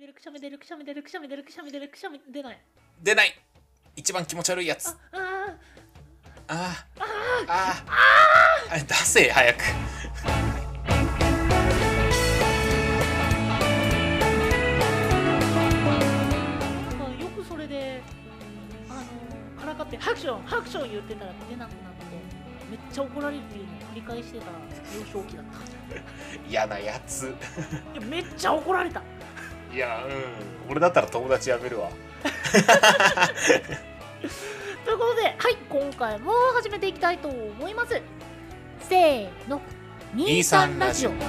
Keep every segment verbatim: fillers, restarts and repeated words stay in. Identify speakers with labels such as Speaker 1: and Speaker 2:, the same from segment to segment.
Speaker 1: 出るくしゃみ出るくしゃみ出るくしゃみ出るくしゃみ出るくしゃみ出ない。
Speaker 2: 出ない。一番気持ち悪いやつ。
Speaker 1: ああ
Speaker 2: あ
Speaker 1: あ
Speaker 2: あああ出せ早く。
Speaker 1: よくそれであのからかってハクションハクション言ってたら出なくなってめっちゃ怒られるっていうのを繰り返してた幼少期だった。
Speaker 2: 嫌なやつ。
Speaker 1: いやめっちゃ怒られた。
Speaker 2: いやうん俺だったら友達やめるわ。
Speaker 1: ということで、はい、今回も始めていきたいと思います。せーの、にじゅうさんラジオ。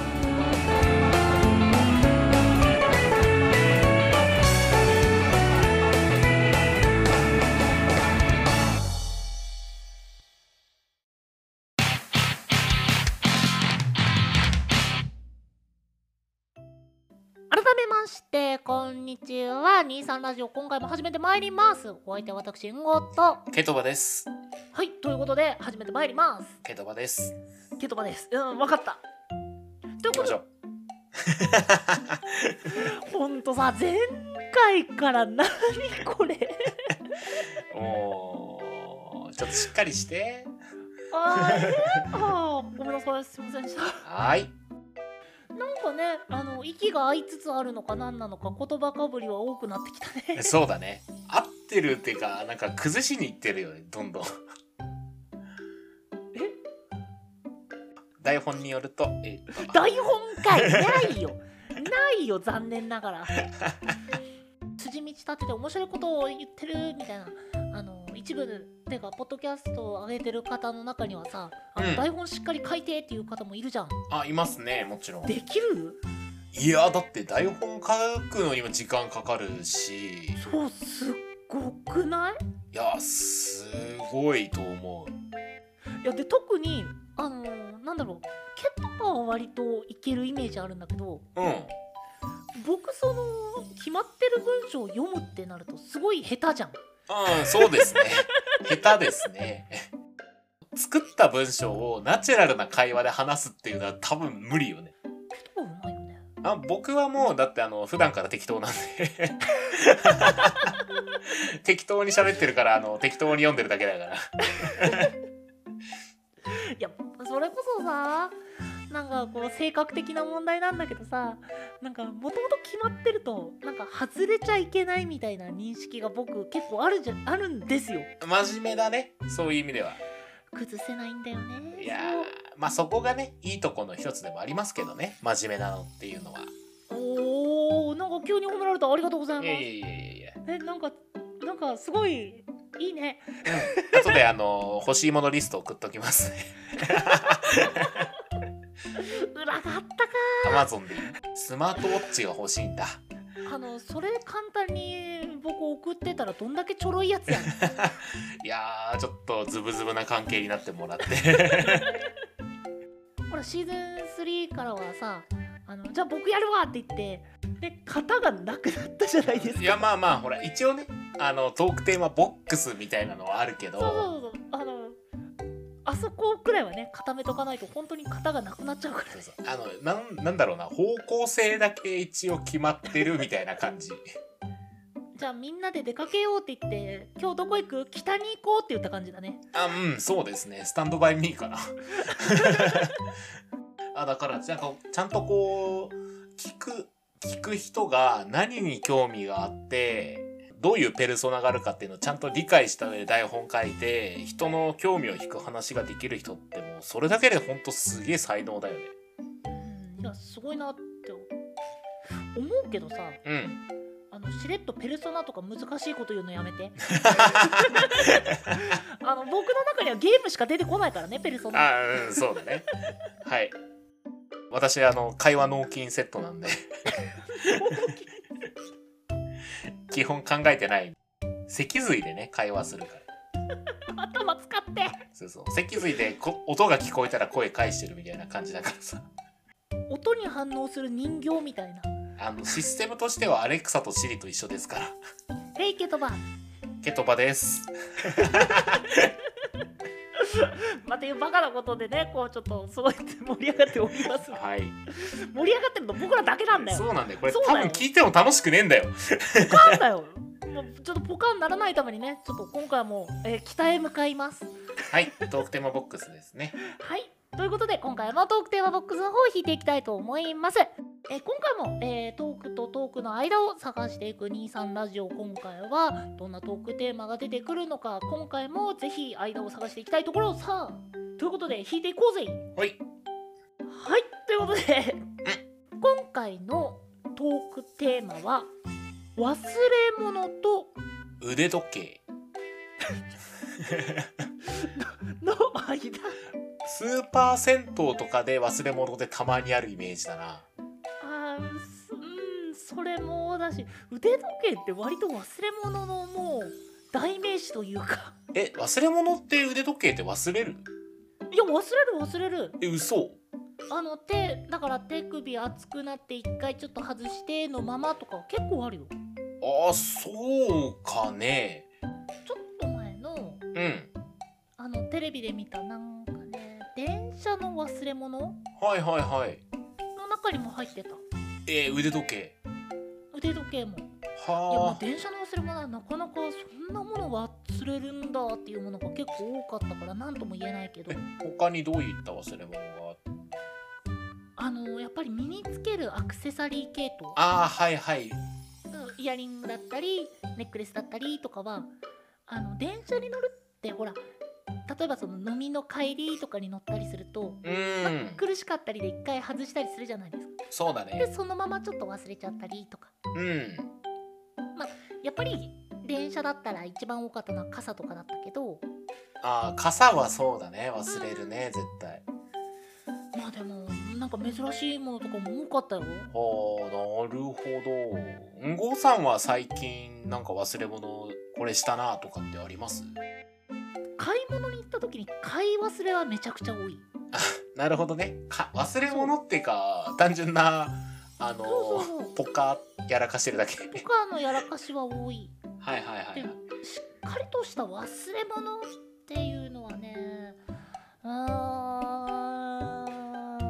Speaker 1: 改めましてこんにちは。にじゅうさんラジオ、今回も始めてまいります。お相手は私んごと
Speaker 2: ケトバです。
Speaker 1: はい、ということで始めてまいります。
Speaker 2: ケトバです。
Speaker 1: ケトバです。うん、分かった。ということでほんとさ、前回から何これ
Speaker 2: もうちょっとしっかりして。
Speaker 1: あーあーごめんなさい、すいませんでした。
Speaker 2: はい
Speaker 1: なんかね、あの息が合いつつあるのか何なのか言葉かぶりは多くなってきたね。
Speaker 2: そうだね、合ってるっていうかなんか崩しにいってるよね、どんどん。
Speaker 1: え
Speaker 2: 台本によると、えー、と
Speaker 1: 台本かいないよないよ、残念ながら。筋道立てて面白いことを言ってるみたいな、あの一部てかポッドキャストを上げてる方の中にはさ、あの、うん、台本しっかり書いてっていう方もいるじゃん。
Speaker 2: あ、いますね、もちろん。
Speaker 1: できる？
Speaker 2: いやだって台本書くのにも時間かかるし。
Speaker 1: そう、すっごくない？
Speaker 2: いやすごいと思う。
Speaker 1: いやで特にあのー、なんだろう、ケトバは割といけるイメージあるんだけど、
Speaker 2: うん、
Speaker 1: 僕その決まってる文章を読むってなるとすごい下手じゃん。
Speaker 2: うん、そうですね。下手ですね。作った文章をナチュラルな会話で話すっていうのは多分無理よね。
Speaker 1: ケトバうまいよね。
Speaker 2: あ、僕はもうだってあの普段から適当なんで適当に喋ってるからあの適当に読んでるだけだから。
Speaker 1: いやそれこそさ、なんかこう性格的な問題なんだけどさ、なんかもともと決まってるとなんか外れちゃいけないみたいな認識が僕結構あるじゃあるんですよ。
Speaker 2: 真面目だね、そういう意味では。
Speaker 1: 崩せないんだよね。
Speaker 2: いやまあそこがねいいとこの一つでもありますけどね、真面目なのっていうのは。
Speaker 1: おー、なんか急に褒められた、ありがとうございます。いや
Speaker 2: いやいやいや、
Speaker 1: え、なんかなんかすごいいいね。
Speaker 2: うん、後であの欲しいものリスト送っときますね。
Speaker 1: 裏があったか
Speaker 2: ー。アマゾンでスマートウォッチが欲しいんだ。
Speaker 1: あのそれ簡単に僕送ってたらどんだけちょろいやつやん。
Speaker 2: いやーちょっとズブズブな関係になってもらって。
Speaker 1: ほらシーズンスリーからはさ、あのじゃあ僕やるわって言ってで型がなくなったじゃないですか。
Speaker 2: いやまあまあほら一応ね、あのトークテーマボックスみたいなのはあるけど、
Speaker 1: そうそうそう、あのあそこくらいはね固めとかないと本当に型がなくなっちゃうから。
Speaker 2: そうそう、あのなん、なんだろうな、方向性だけ一応決まってるみたいな感じ。
Speaker 1: じゃあみんなで出かけようって言って今日どこ行く？北に行こうって言った感じだね。
Speaker 2: あ、うん、そうですね、スタンドバイミーかな。あ、だからなんかちゃんとこう聞く聞く人が何に興味があってどういうペルソナがあるかっていうのをちゃんと理解した上で台本書いて人の興味を引く話ができる人ってもうそれだけでほんとすげえ才能だよね。
Speaker 1: うん、いやすごいなって思うけどさ、
Speaker 2: うん、
Speaker 1: あのしれっとペルソナとか難しいこと言うのやめて。あの僕の中にはゲームしか出てこないからね、ペルソナ。
Speaker 2: あ、うん、そうだね。はい、私あの会話納金セットなんで。基本考えてない。脊髄でね会話するから。
Speaker 1: 頭使って。
Speaker 2: そうそう、脊髄でこ音が聞こえたら声返してるみたいな感じだからさ。
Speaker 1: 音に反応する人形みたいな。
Speaker 2: あのシステムとしてはアレクサとシリと一緒ですから。
Speaker 1: ヘイケトバ。
Speaker 2: ケトバです。
Speaker 1: まあっていうバカなことでね、こうちょっとすごい盛り上がっております。
Speaker 2: はい。
Speaker 1: 盛り上がってるの僕らだけなんだよ。
Speaker 2: そうなんだよ。これ
Speaker 1: そうだよ
Speaker 2: 多分聞いても楽しくねえんだよ。
Speaker 1: ポカンだよ。もうちょっとポカンならないためにね、ちょっと今回はもう、えー北へ向かいます。
Speaker 2: はい。トークテーマボックスですね。
Speaker 1: はい。ということで今回もトークテーマボックスの方を引いていきたいと思います。えー今回も、えートークとトークの間を探していくにじゅうさんラジオ、今回はどんなトークテーマが出てくるのか、今回もぜひ間を探していきたいところ。さあということで引いていこうぜ。
Speaker 2: はい。
Speaker 1: はいということで今回のトークテーマは忘れ物と
Speaker 2: 腕時計。
Speaker 1: の間。
Speaker 2: スーパー銭湯とかで忘れ物でたまにあるイメージだな。
Speaker 1: あーうんそれもだし、腕時計って割と忘れ物のもう代名詞というか。
Speaker 2: え、忘れ物って腕時計って忘れる？
Speaker 1: いや忘れる忘れる。
Speaker 2: え、嘘？
Speaker 1: あの手だから手首熱くなって一回ちょっと外してのままとか結構あるよ。
Speaker 2: あ、そうかね。
Speaker 1: ちょっと前の
Speaker 2: うん。
Speaker 1: あのテレビで見たなんかね、電車の忘れ物の
Speaker 2: はいはいはい。
Speaker 1: 中にも入ってた。
Speaker 2: えー、腕時計。
Speaker 1: 腕時計も。いやも
Speaker 2: は
Speaker 1: う電車の忘れ物はなかなかそんなもの忘れるんだっていうものが結構多かったから何とも言えないけど、
Speaker 2: あ。他にどういった忘れ物があった？
Speaker 1: あのやっぱり身につけるアクセサリー系統、
Speaker 2: ああ、はいはい。
Speaker 1: イヤリングだったりネックレスだったりとかは、あの電車に乗るってほら、例えばその飲みの帰りとかに乗ったりすると、
Speaker 2: うーん。
Speaker 1: 苦しかったりで一回外したりするじゃないですか。
Speaker 2: そうだ
Speaker 1: で
Speaker 2: ね。
Speaker 1: そのままちょっと忘れちゃったりとか。
Speaker 2: うん。
Speaker 1: やっぱり電車だったら一番多かったのは傘とかだったけど、
Speaker 2: ああ、傘はそうだね。忘れるね、絶対。
Speaker 1: まあでもなんか珍しいものとかも多かったよ。
Speaker 2: ああ、なるほど。んごさんは最近なんか忘れ物これしたなとかってあります？
Speaker 1: 買い物に行った時に買い忘れはめちゃくちゃ多い。
Speaker 2: なるほどね。か忘れ物っていうか単純なあの
Speaker 1: そうそうそう
Speaker 2: ポカやらかしてるだけ。
Speaker 1: とかのやらかしは多い。
Speaker 2: はいはいはい
Speaker 1: で
Speaker 2: はい。
Speaker 1: しっかりとした忘れ物っていうのはね、あー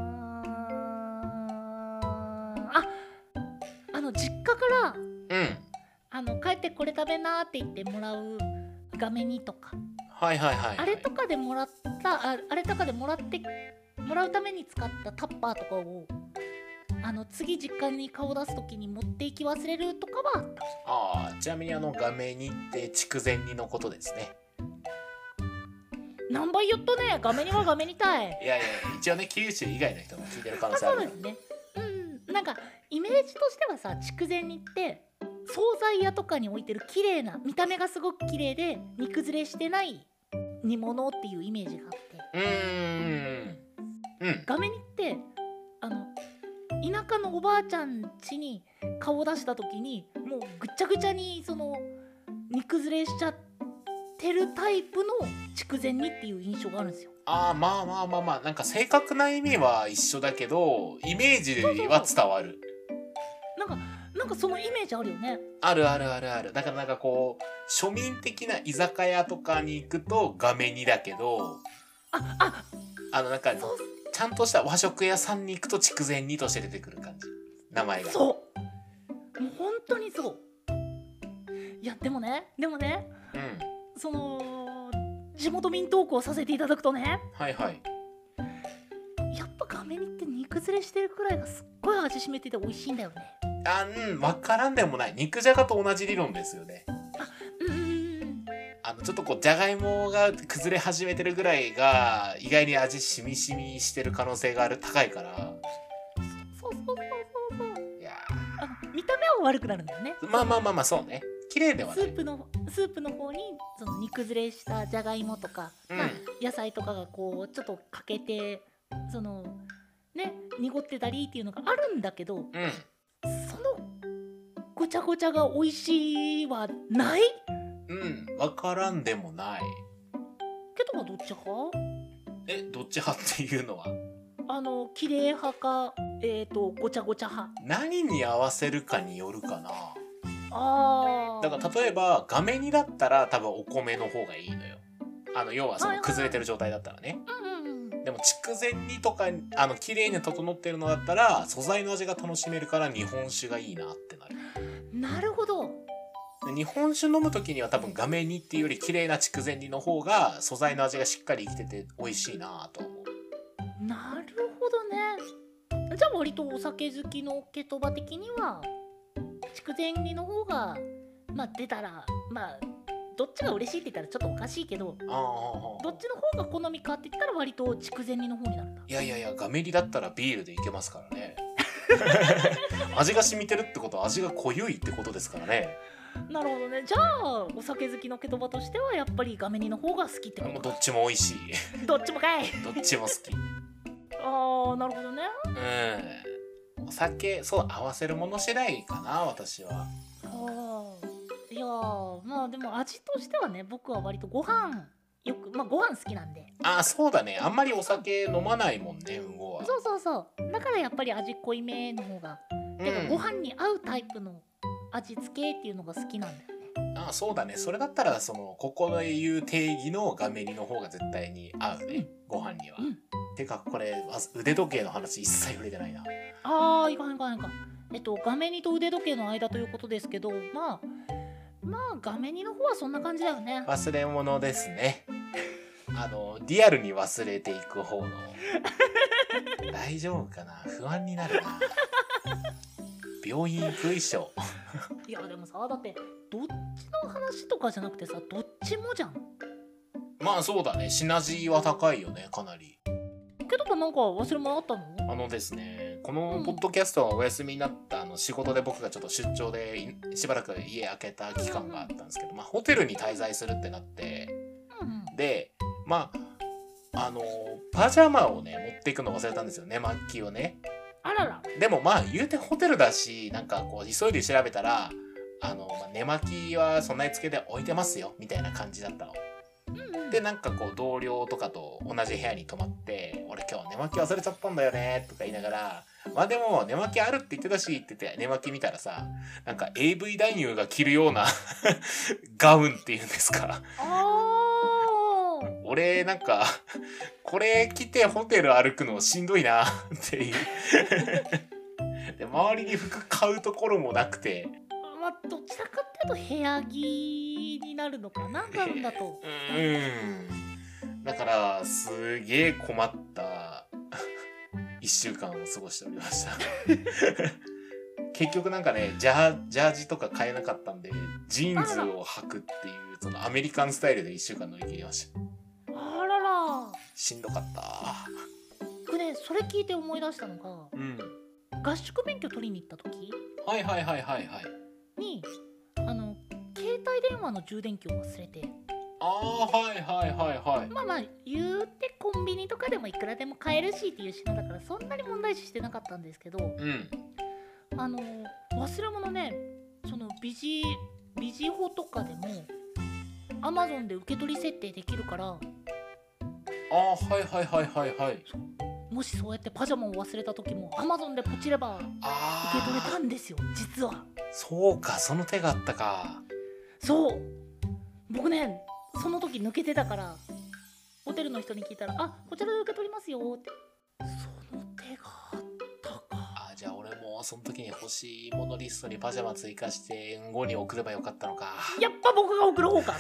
Speaker 1: ああの実家から
Speaker 2: うん。
Speaker 1: あの帰ってこれ食べなって言ってもらう画面にとか、
Speaker 2: はいはいはい、はい。
Speaker 1: あれとかでもらったああれとかでもらってもらうために使ったタッパーとかをあの次実家に顔出す時に持っていき忘れるとかはあった。
Speaker 2: ああ、ちなみにあの画面にって筑前煮のことですね。
Speaker 1: 何倍言ったね。画面には画面にたい。
Speaker 2: いやいや、一応ね、九州以外の人も聞いてる可能
Speaker 1: あ、
Speaker 2: 性あるから。
Speaker 1: そうですね。うん、なんかイメージとしてはさ、筑前煮って惣菜屋とかに置いてる綺麗な見た目がすごく綺麗で煮崩れしてない煮物っていうイメージがあって、
Speaker 2: うーん。うん。
Speaker 1: 画面にってあの田舎のおばあちゃん家に顔を出した時にもうぐっちゃぐちゃにその煮崩れしちゃってるタイプの筑前煮っていう印象があるんですよ。
Speaker 2: ああ、まあまあまあまあ、なんか正確な意味は一緒だけど、イメージは伝わる。
Speaker 1: なんかなんかそのイメージあるよね。
Speaker 2: あるあるあるある。だからなんかこう、庶民的な居酒屋とかに行くと画面にだけど、
Speaker 1: ああ
Speaker 2: あのなんか、
Speaker 1: そう
Speaker 2: ちゃんとした和食屋さんに行くと筑前煮として出てくる感じ。名前が。
Speaker 1: そうもう本当にそう。いやでもねでもね
Speaker 2: うん。
Speaker 1: その地元民トークをさせていただくとね、
Speaker 2: はいはい。
Speaker 1: やっぱ画面にって煮崩れしてるくらいがすっごい味しめてて美味しいんだよね。
Speaker 2: あ、うん、わからんでもない。肉じゃがと同じ理論ですよね。
Speaker 1: うんうんうん
Speaker 2: あの、ちょっとこう、じゃがいもが崩れ始めてるぐらいが、意外に味しみしみしてる可能性がある、高いから。
Speaker 1: そうそうそうそうそう。
Speaker 2: いや
Speaker 1: あの見た目は悪くなるんだよね。
Speaker 2: ーまあまあまあまあ、そうね。綺麗ではない。
Speaker 1: スープのスープの方にその煮崩れしたじゃがいもとか、
Speaker 2: うん
Speaker 1: まあ、野菜とかがこうちょっと欠けてそのね濁ってたりっていうのがあるんだけど、
Speaker 2: うん。
Speaker 1: そのごちゃごちゃが美味しいはない
Speaker 2: うん。わからんでもない。
Speaker 1: けどはどっち派？
Speaker 2: え、どっち派っていうのは
Speaker 1: あの綺麗派かえっ、ー、とごちゃごちゃ派。
Speaker 2: 何に合わせるかによるかな。
Speaker 1: あー
Speaker 2: だから例えば画面にだったら多分お米の方がいいのよ。 あの要はその崩れてる状態だったらね。
Speaker 1: うんうんうん。
Speaker 2: でも筑前煮とかあの綺麗に整ってるのだったら素材の味が楽しめるから日本酒がいいなってなる。
Speaker 1: なるほど。
Speaker 2: 日本酒飲む時には多分画面煮っていうより綺麗な筑前煮の方が素材の味がしっかり生きてて美味しいなと思う。
Speaker 1: なるほどね。じゃあ割とお酒好きのケトバ的には筑前煮の方がまあ出たらまあどっちが嬉しいって言ったらちょっとおかしいけど、
Speaker 2: ああ、
Speaker 1: どっちの方が好みかって言ったら割と筑前煮の方になるんだ。
Speaker 2: いやいやいや、画面煮だったらビールでいけますからね。味が染みてるってことは味が濃ゆいってことですからね。
Speaker 1: なるほどね。じゃあお酒好きのケトバとしてはやっぱり画面煮の方が好きってことか。
Speaker 2: もうどっちも美味しい。
Speaker 1: どっちもかい。
Speaker 2: どっちも好き。
Speaker 1: ああ、なるほどね。
Speaker 2: うん。お酒、そう、合わせるもの次第かな、私は。
Speaker 1: ああ、いやーまあでも味としてはね、僕は割とご飯よくまあご飯好きなんで。
Speaker 2: ああ、そうだね。あんまりお酒飲まないもんね、うんごは。
Speaker 1: そうそうそう。だからやっぱり味濃いめの方が、
Speaker 2: うん、
Speaker 1: てかご飯に合うタイプの味付けっていうのが好きなんだよね。
Speaker 2: ああ、そうだね。それだったらそのここで言う定義の画面の方が絶対に合うね、
Speaker 1: うん、
Speaker 2: ご飯には、
Speaker 1: うん、
Speaker 2: てかこれまず腕時計の話一切触れてないな。
Speaker 1: ああ、いかんいかんいかん。えっと画面にと腕時計の間ということですけど、まあまあ画面にの方はそんな感じだよね。
Speaker 2: 忘れ物ですね。あのリアルに忘れていく方の大丈夫かな、不安になるな。病院行く衣装。
Speaker 1: いやでもさ、だってどっちの話とかじゃなくてさ、どっちもじゃん。
Speaker 2: まあそうだね、シナジーは高いよね、かなり。
Speaker 1: けどなんか忘れ物あったの？
Speaker 2: あのですね、このポッドキャストがお休みになったあの仕事で僕がちょっと出張でしばらく家開けた期間があったんですけど、まあホテルに滞在するってなって、
Speaker 1: うんうん、
Speaker 2: でまああのパジャマをね持っていくの忘れたんですよね、マッキーをね。
Speaker 1: あらら。
Speaker 2: でもまあ言うてホテルだし、なんかこう急いで調べたらあの、まあ、寝巻きは備え付けで置いてますよみたいな感じだったの。
Speaker 1: うんうん、
Speaker 2: でなんかこう同僚とかと同じ部屋に泊まって「俺今日寝巻き忘れちゃったんだよね」とか言いながら「まあでも寝巻きあるって言ってたし」って言って寝巻き見たらさ、なんか エーブイ 男優が着るようなガウンっていうんですか。
Speaker 1: あー
Speaker 2: 俺なんかこれ着てホテル歩くのしんどいなっていう。で周りに服買うところもなくて、
Speaker 1: まあどちらかっていうと部屋着になるのかな、ガウンだと。
Speaker 2: うーんだからすげえ困ったいっしゅうかんを過ごしておりました結局なんかねジャー、ジャージとか買えなかったんでジーンズを履くっていうそのアメリカンスタイルでいっしゅうかん乗り切りました。
Speaker 1: あらら。
Speaker 2: しんどかった。
Speaker 1: 僕ね、それ聞いて思い出したのが、
Speaker 2: うん、
Speaker 1: 合宿免許取りに行った時
Speaker 2: はいはいはいはいはい。
Speaker 1: にあの携帯電話の充電器を忘れて、
Speaker 2: ああはいはいはいはい。
Speaker 1: まあまあ言うてコンビニとかでもいくらでも買えるしっていう品だからそんなに問題視してなかったんですけど、
Speaker 2: うん、
Speaker 1: あの忘れ物ね、そのビジビジホとかでも Amazon で受け取り設定できるから、
Speaker 2: ああはいはいはいはいはい。
Speaker 1: もしそうやってパジャマを忘れた時も Amazon でポチれば受け取れたんですよ、実は。
Speaker 2: そうか、その手があったか。
Speaker 1: そう僕ね、その時抜けてたからホテルの人に聞いたら「あ、こちらで受け取りますよ」って。その手があったか。
Speaker 2: あ、じゃあ俺もその時に欲しいものリストにパジャマ追加してうんごに送ればよかったのか。
Speaker 1: やっぱ僕が送る方か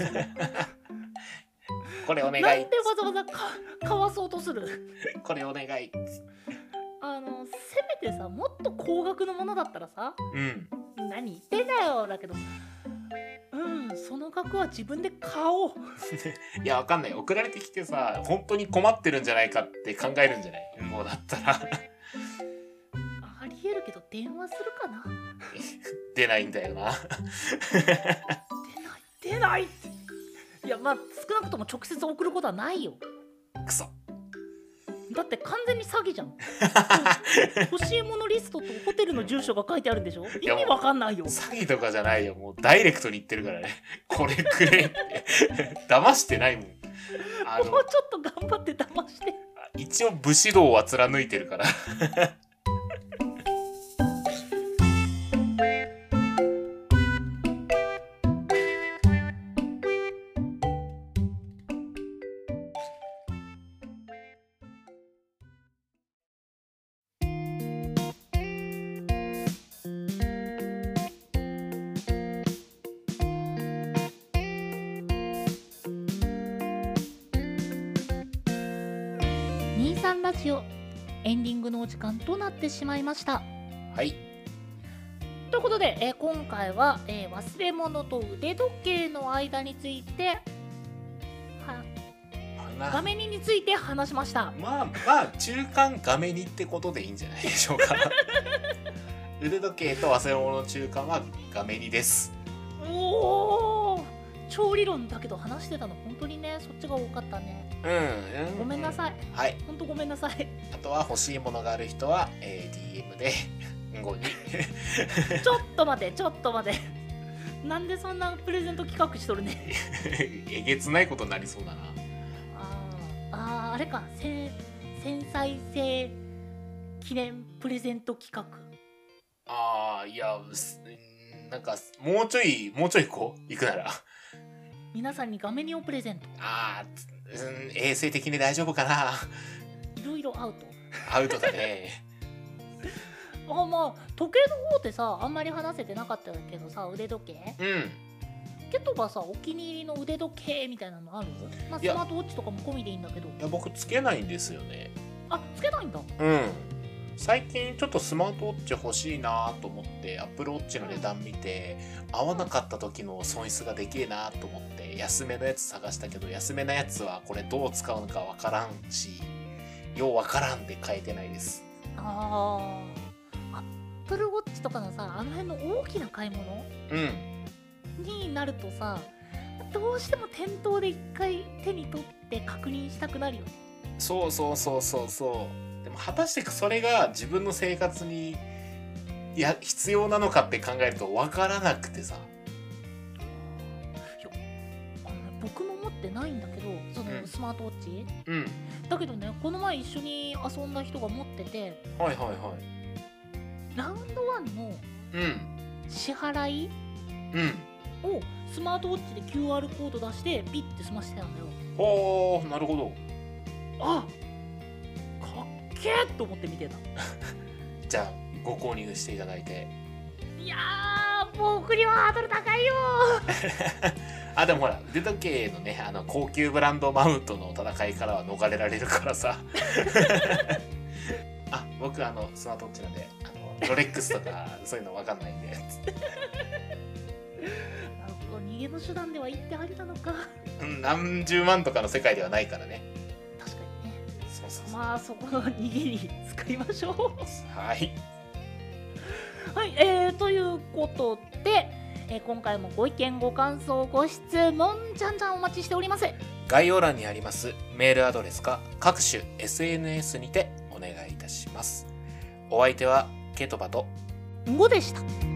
Speaker 2: これお願い。
Speaker 1: なんでわざわざかかわそうとする
Speaker 2: これお願い。
Speaker 1: あのせめてさ、もっと高額のものだったらさ
Speaker 2: うん。
Speaker 1: 「何言ってんだよ」だけど、うんその額は自分で買おう
Speaker 2: いやわかんない、送られてきてさ本当に困ってるんじゃないかって考えるんじゃない、うんごだったら
Speaker 1: ありえるけど電話するかな
Speaker 2: 出ないんだよな
Speaker 1: 出ない出ないって。いやまあ少なくとも直接送ることはないよ。
Speaker 2: クソ。
Speaker 1: だって完全に詐欺じゃん欲しいものリストとホテルの住所が書いてあるんでしょ。意味わかんないよ。
Speaker 2: 詐欺とかじゃないよ、もうダイレクトに言ってるからねこれくれって騙してないもん。あの
Speaker 1: もうちょっと頑張って騙して
Speaker 2: 一応武士道は貫いてるから
Speaker 1: さんラジオエンディングのお時間となってしまいました。
Speaker 2: はい。
Speaker 1: ということで、えー今回は、えー忘れ物と腕時計の間については
Speaker 2: な
Speaker 1: 画面について話しました。
Speaker 2: まあまあ中間画面にってことでいいんじゃないでしょうか。腕時計と忘れ物の中間は画面にです。
Speaker 1: おお、超理論だけど話してたの本当にね、そっちが多かったね。
Speaker 2: うん、うん、
Speaker 1: ごめんなさい。
Speaker 2: はい。
Speaker 1: 本当ごめんなさい。
Speaker 2: あとは欲しいものがある人は、えー、ディーエム でごに
Speaker 1: ちょっと待て、ちょっと待て。なんでそんなプレゼント企画しとるね。
Speaker 2: えげつないことになりそうだな。
Speaker 1: あーあー、あれか、せ繊細性記念プレゼント企画。
Speaker 2: ああ、いや、すなんかもうちょいもうちょいこう行くなら、
Speaker 1: 皆さんに画面をプレゼント。
Speaker 2: ああ、うん、衛生的に大丈夫かな。
Speaker 1: いろいろアウト。
Speaker 2: アウトだね。
Speaker 1: あ、まあ時計の方ってさ、あんまり話せてなかったけどさ、腕時計
Speaker 2: うん。
Speaker 1: ケトバさ、お気に入りの腕時計みたいなのある？まあ、
Speaker 2: いや
Speaker 1: スマートウォッチとかも込みでいいんだけど。
Speaker 2: いや僕つけないんですよね。
Speaker 1: あ、つけないんだ。
Speaker 2: うん。最近ちょっとスマートウォッチ欲しいなと思ってアップルウォッチの値段見て合わなかった時の損失がでけえなと思って安めのやつ探したけど、安めのやつはこれどう使うのかわからんし、ようわからんで買えてないです。
Speaker 1: ああ、アップルウォッチとかのさ、あの辺の大きな買い物
Speaker 2: うん。
Speaker 1: になるとさ、どうしても店頭で一回手に取って確認したくなるよね。
Speaker 2: そうそうそうそうそう。でも果たしてそれが自分の生活にいや必要なのかって考えると分からなくてさ。
Speaker 1: いや、あのね、僕も持ってないんだけど、その
Speaker 2: うん
Speaker 1: スマートウォッチ、
Speaker 2: うん。
Speaker 1: だけどね、この前一緒に遊んだ人が持ってて、
Speaker 2: はいはいはい。
Speaker 1: ラウンドワンの
Speaker 2: うん
Speaker 1: 支払い
Speaker 2: うん。
Speaker 1: をスマートウォッチで キューアール コード出してピッて済ましてたんだよ。
Speaker 2: ほー、なるほど。
Speaker 1: あ、かっけーと思って見てた。
Speaker 2: じゃあご購入していただいて。
Speaker 1: いやー、僕にはハードル高いよ
Speaker 2: あ、でもほら腕時計のね、あの高級ブランドマウントの戦いからは逃れられるからさ。あ、僕あのスマートウォッチなんで、あのロレックスとかそういうの分かんないんで。
Speaker 1: なるほど、逃げの手段では言ってありなのか。
Speaker 2: うん、何十万とかの世界ではないからね。
Speaker 1: 確かにね。
Speaker 2: そうそうそう。
Speaker 1: まあそこの逃げに使いましょう。
Speaker 2: はい。
Speaker 1: はい、えー、ということで、えー今回もご意見ご感想ご質問じゃんじゃんお待ちしております。
Speaker 2: 概要欄にありますメールアドレスか各種 エスエヌエス にてお願いいたします。お相手はケトバと
Speaker 1: ごでした。